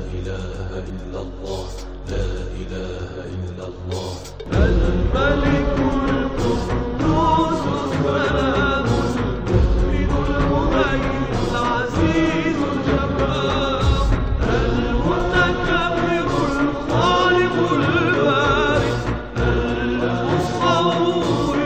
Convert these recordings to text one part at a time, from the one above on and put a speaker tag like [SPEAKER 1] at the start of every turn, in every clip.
[SPEAKER 1] إله إلا الله، لا إله إلا الله.
[SPEAKER 2] الملك القدوس السلام المؤمن المهيمن العزيز الجبار المتكبر الخالق البارئ المصور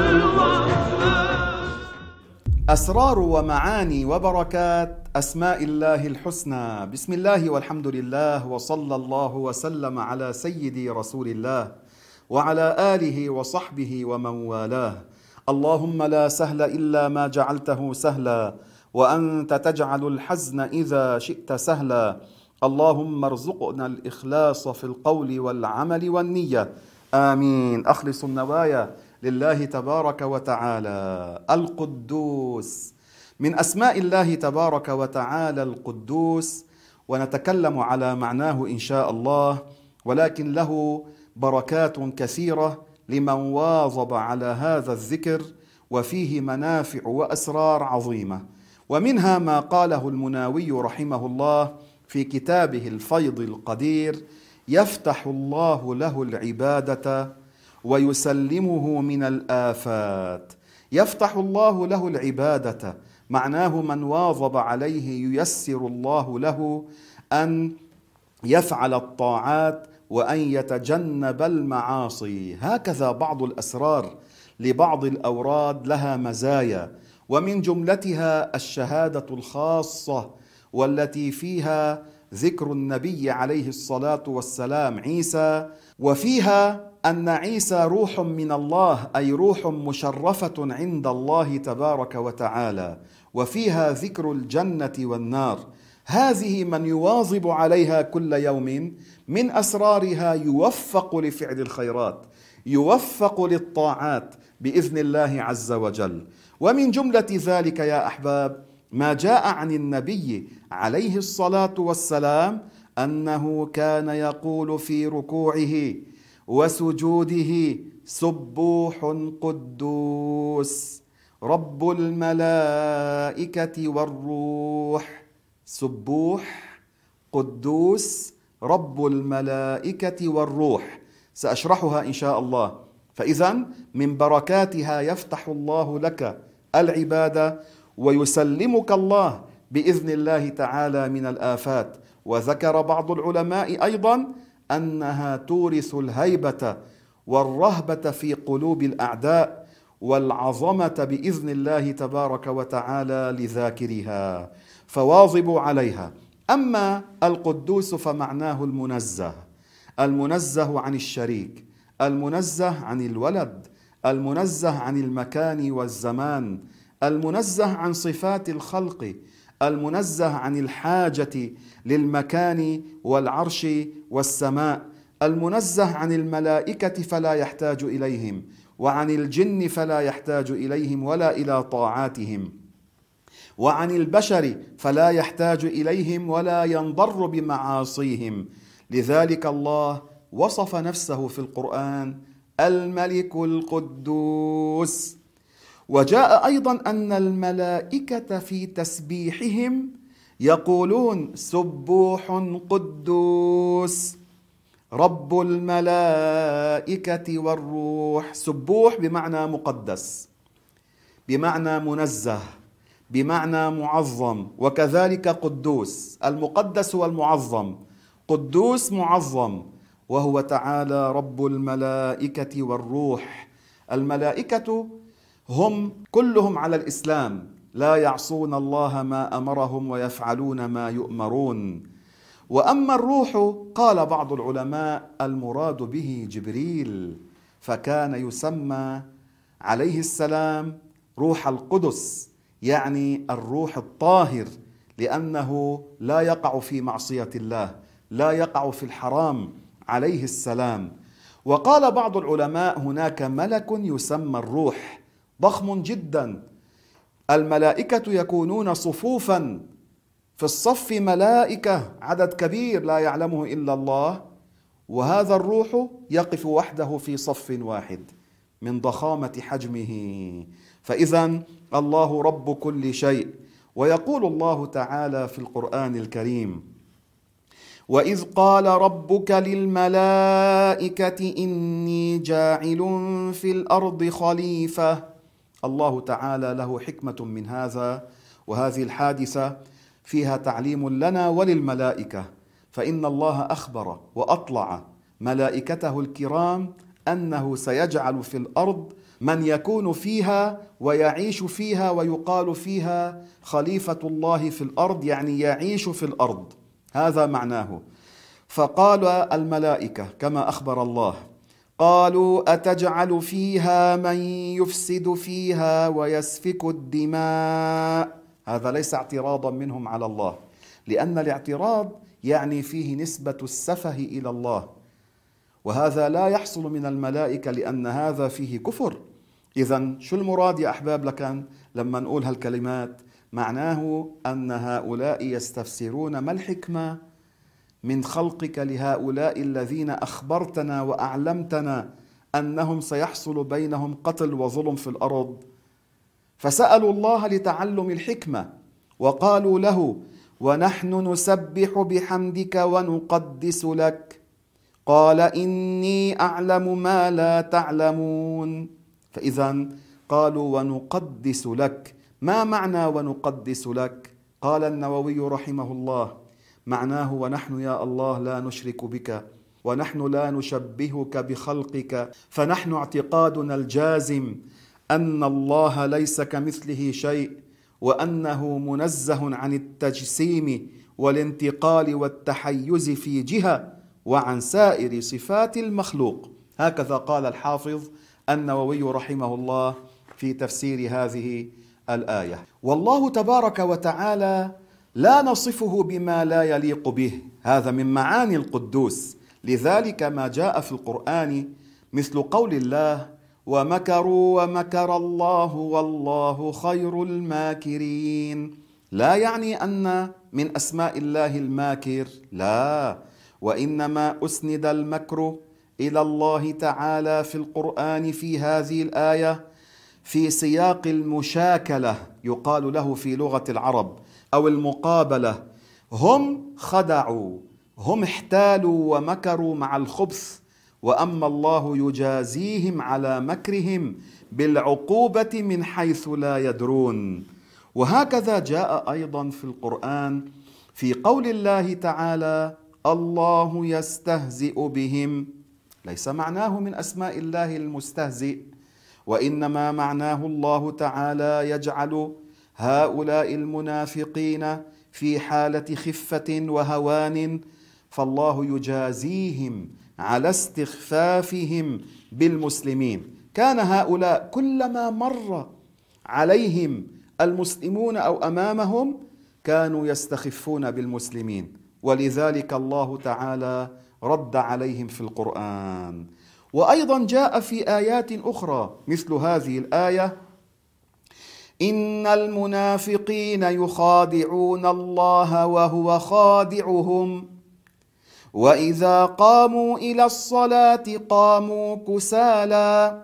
[SPEAKER 2] الوهاب.
[SPEAKER 3] أسرار ومعاني وبركات أسماء الله الحسنى. بسم الله والحمد لله، وصلى الله وسلم على سيدي رسول الله وعلى آله وصحبه ومن والاه. اللهم لا سهل إلا ما جعلته سهلا، وأنت تجعل الحزن إذا شئت سهلا. اللهم ارزقنا الإخلاص في القول والعمل والنية، آمين. أخلص النوايا لله تبارك وتعالى. القدوس من أسماء الله تبارك وتعالى القدوس، ونتكلم على معناه إن شاء الله، ولكن له بركات كثيرة لمن واظب على هذا الذكر، وفيه منافع وأسرار عظيمة. ومنها ما قاله المناوي رحمه الله في كتابه الفيض القدير: يفتح الله له العبادة ويسلمه من الآفات. يفتح الله له العبادة معناه من واظب عليه ييسر الله له أن يفعل الطاعات وأن يتجنب المعاصي. هكذا بعض الأسرار لبعض الأوراد لها مزايا، ومن جملتها الشهادة الخاصة، والتي فيها ذكر النبي عليه الصلاة والسلام عيسى، وفيها أن عيسى روح من الله، أي روح مشرفة عند الله تبارك وتعالى، وفيها ذكر الجنة والنار. هذه من يواظب عليها كل يوم من أسرارها يوفق لفعل الخيرات، يوفق للطاعات بإذن الله عز وجل. ومن جملة ذلك يا أحباب ما جاء عن النبي عليه الصلاة والسلام أنه كان يقول في ركوعه وسجوده: سبوح قدوس رب الملائكة والروح. سبوح قدوس رب الملائكة والروح، سأشرحها إن شاء الله. فإذا من بركاتها يفتح الله لك العبادة ويسلمك الله بإذن الله تعالى من الآفات. وذكر بعض العلماء أيضا أنها تورث الهيبة والرهبة في قلوب الأعداء والعظمة بإذن الله تبارك وتعالى لذاكرها، فواظبوا عليها. أما القدوس فمعناه المنزه، المنزه عن الشريك، المنزه عن الولد، المنزه عن المكان والزمان، المنزه عن صفات الخلق، المنزه عن الحاجة للمكان والعرش والسماء، المنزه عن الملائكة فلا يحتاج إليهم، وعن الجن فلا يحتاج إليهم ولا إلى طاعاتهم، وعن البشر فلا يحتاج إليهم ولا ينضر بمعاصيهم. لذلك الله وصف نفسه في القرآن: الملك القدوس. وجاء أيضا أن الملائكة في تسبيحهم يقولون: سبوح قدوس رب الملائكة والروح. سبوح بمعنى مقدس، بمعنى منزه، بمعنى معظم، وكذلك قدوس. المقدس والمعظم، قدوس معظم، وهو تعالى رب الملائكة والروح. الملائكة هم كلهم على الإسلام، لا يعصون الله ما أمرهم ويفعلون ما يؤمرون. وأما الروح قال بعض العلماء المراد به جبريل، فكان يسمى عليه السلام روح القدس، يعني الروح الطاهر، لأنه لا يقع في معصية الله، لا يقع في الحرام عليه السلام. وقال بعض العلماء هناك ملك يسمى الروح، ضخم جدا. الملائكة يكونون صفوفا، في الصف ملائكة عدد كبير لا يعلمه إلا الله، وهذا الروح يقف وحده في صف واحد من ضخامة حجمه. فإذا الله رب كل شيء. ويقول الله تعالى في القرآن الكريم: وإذ قال ربك للملائكة إني جاعل في الأرض خليفة. الله تعالى له حكمة من هذا، وهذه الحادثة فيها تعليم لنا وللملائكة، فإن الله أخبر وأطلع ملائكته الكرام أنه سيجعل في الأرض من يكون فيها ويعيش فيها، ويقال فيها خليفة الله في الأرض، يعني يعيش في الأرض، هذا معناه. فقال الملائكة كما أخبر الله: قالوا أتجعل فيها من يفسد فيها ويسفك الدماء. هذا ليس اعتراضا منهم على الله، لأن الاعتراض يعني فيه نسبة السفه إلى الله، وهذا لا يحصل من الملائكة لأن هذا فيه كفر. إذن شو المراد يا أحباب لكن لما نقول هالكلمات؟ معناه أن هؤلاء يستفسرون ما الحكمة من خلقك لهؤلاء الذين أخبرتنا وأعلمتنا أنهم سيحصل بينهم قتل وظلم في الأرض. فسألوا الله لتعلم الحكمة وقالوا له: ونحن نسبح بحمدك ونقدس لك. قال: إني أعلم ما لا تعلمون. فإذا قالوا ونقدس لك. ما معنى ونقدس لك؟ قال النووي رحمه الله: معناه ونحن يا الله لا نشرك بك، ونحن لا نشبهك بخلقك، فنحن اعتقادنا الجازم أن الله ليس كمثله شيء، وأنه منزه عن التجسيم والانتقال والتحيز في جهة وعن سائر صفات المخلوق. هكذا قال الحافظ النووي رحمه الله في تفسير هذه الآية. والله تبارك وتعالى لا نصفه بما لا يليق به، هذا من معاني القدوس. لذلك ما جاء في القرآن مثل قول الله: ومكروا ومكر الله والله خير الماكرين. لا يعني أن من أسماء الله الماكر، لا، وإنما أسند المكر إلى الله تعالى في القرآن في هذه الآية في سياق المشاكلة، يقال له في لغة العرب، أو المقابلة. هم خدعوا، هم احتالوا ومكروا مع الخبث، وأما الله يجازيهم على مكرهم بالعقوبة من حيث لا يدرون. وهكذا جاء أيضا في القرآن في قول الله تعالى: الله يستهزئ بهم. ليس معناه من أسماء الله المستهزئ، وإنما معناه الله تعالى يجعل هؤلاء المنافقين في حالة خفة وهوان، فالله يجازيهم على استخفافهم بالمسلمين. كان هؤلاء كلما مر عليهم المسلمون أو أمامهم كانوا يستخفون بالمسلمين، ولذلك الله تعالى رد عليهم في القرآن. وأيضا جاء في آيات أخرى مثل هذه الآية: إن المنافقين يخادعون الله وهو خادعهم وإذا قاموا إلى الصلاة قاموا كسالى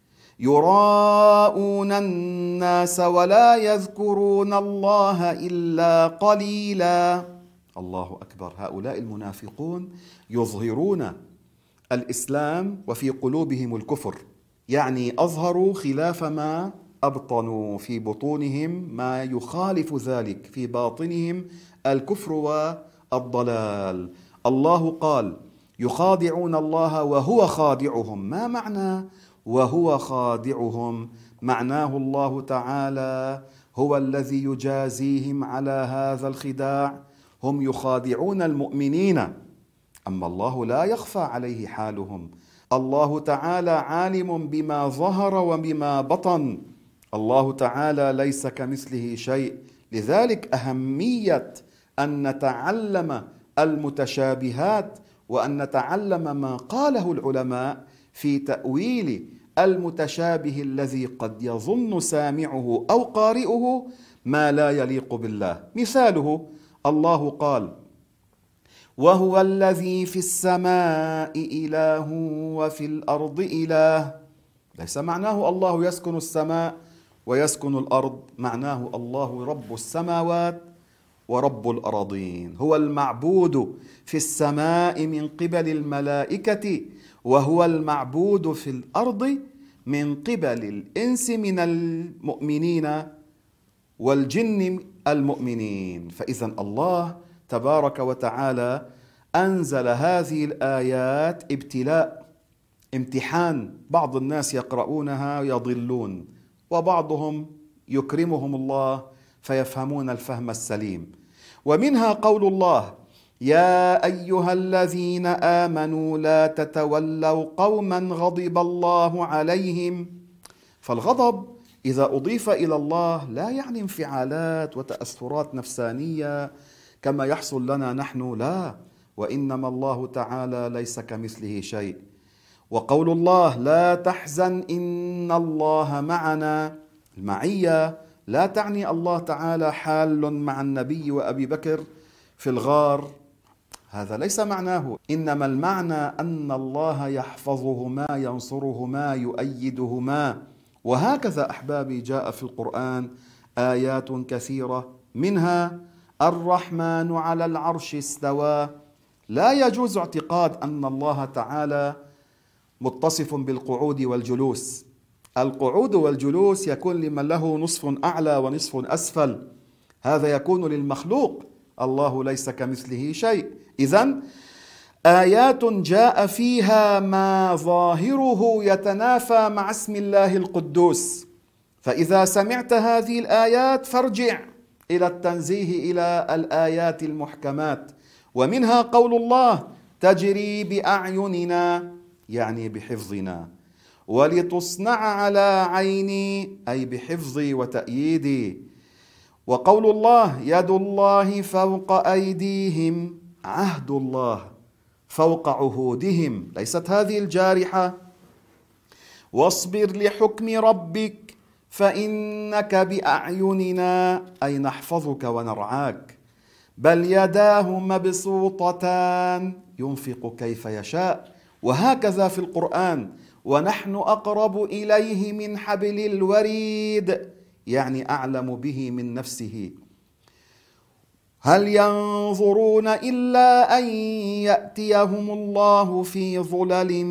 [SPEAKER 3] يراءون الناس ولا يذكرون الله إلا قليلا. الله أكبر. هؤلاء المنافقون يظهرون الإسلام وفي قلوبهم الكفر، يعني أظهروا خلاف ما أبطنوا، في بطونهم ما يخالف ذلك، في باطنهم الكفر والضلال. الله قال: يخادعون الله وهو خادعهم. ما معنى وهو خادعهم؟ معناه الله تعالى هو الذي يجازيهم على هذا الخداع. هم يخادعون المؤمنين، أما الله لا يخفى عليه حالهم. الله تعالى عالم بما ظهر وبما بطن. الله تعالى ليس كمثله شيء. لذلك أهمية أن نتعلم المتشابهات، وأن نتعلم ما قاله العلماء في تأويل المتشابه الذي قد يظن سامعه أو قارئه ما لا يليق بالله. مثاله: الله قال: وهو الذي في السماء إله وفي الأرض إله. ليس معناه الله يسكن السماء ويسكن الأرض، معناه الله رب السماوات ورب الأراضين، هو المعبود في السماء من قبل الملائكة، وهو المعبود في الأرض من قبل الإنس من المؤمنين والجن المؤمنين. فإذا الله تبارك وتعالى أنزل هذه الآيات ابتلاء، امتحان. بعض الناس يقرؤونها يضلون، وبعضهم يكرمهم الله فيفهمون الفهم السليم. ومنها قول الله: يا أيها الذين آمنوا لا تتولوا قوما غضب الله عليهم. فالغضب إذا أضيف إلى الله لا يعني انفعالات وتأثرات نفسانية كما يحصل لنا نحن، لا، وإنما الله تعالى ليس كمثله شيء. وقول الله: لا تحزن إن الله معنا، المعية لا تعني الله تعالى حال مع النبي وأبي بكر في الغار، هذا ليس معناه، إنما المعنى أن الله يحفظهما ينصرهما يؤيدهما. وهكذا أحبابي جاء في القرآن آيات كثيرة، منها الرحمن على العرش استوى. لا يجوز اعتقاد أن الله تعالى متصف بالقعود والجلوس. القعود والجلوس يكون لمن له نصف أعلى ونصف أسفل، هذا يكون للمخلوق، الله ليس كمثله شيء. إذن آيات جاء فيها ما ظاهره يتنافى مع اسم الله القدوس، فإذا سمعت هذه الآيات فارجع إلى التنزيه إلى الآيات المحكمات. ومنها قول الله: تجري بأعيننا، يعني بحفظنا، ولتصنع على عيني، أي بحفظي وتأييدي. وقول الله: يد الله فوق أيديهم، عهد الله فوق عهودهم، ليست هذه الجارحة. واصبر لحكم ربك فإنك بأعيننا، أي نحفظك ونرعاك. بل يداه مبسوطتان ينفق كيف يشاء. وهكذا في القرآن: ونحن أقرب إليه من حبل الوريد، يعني أعلم به من نفسه. هل ينظرون إلا أن يأتيهم الله في ظلل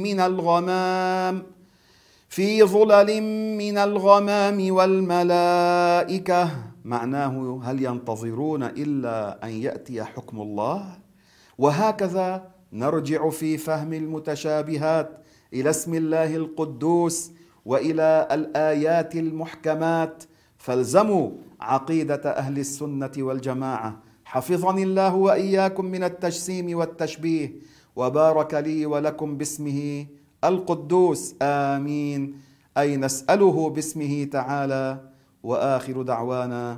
[SPEAKER 3] من الغمام والملائكة. معناه هل ينتظرون إلا أن يأتي حكم الله؟ وهكذا نرجع في فهم المتشابهات إلى اسم الله القدوس وإلى الآيات المحكمات. فالزموا عقيدة أهل السنة والجماعة. حفظني الله وإياكم من التجسيم والتشبيه، وبارك لي ولكم باسمه القدوس، آمين. أي نسأله باسمه تعالى. وآخر دعوانا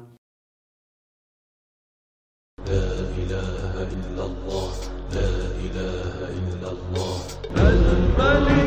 [SPEAKER 1] لا إله إلا الله، لا إله إلا الله.
[SPEAKER 2] الملك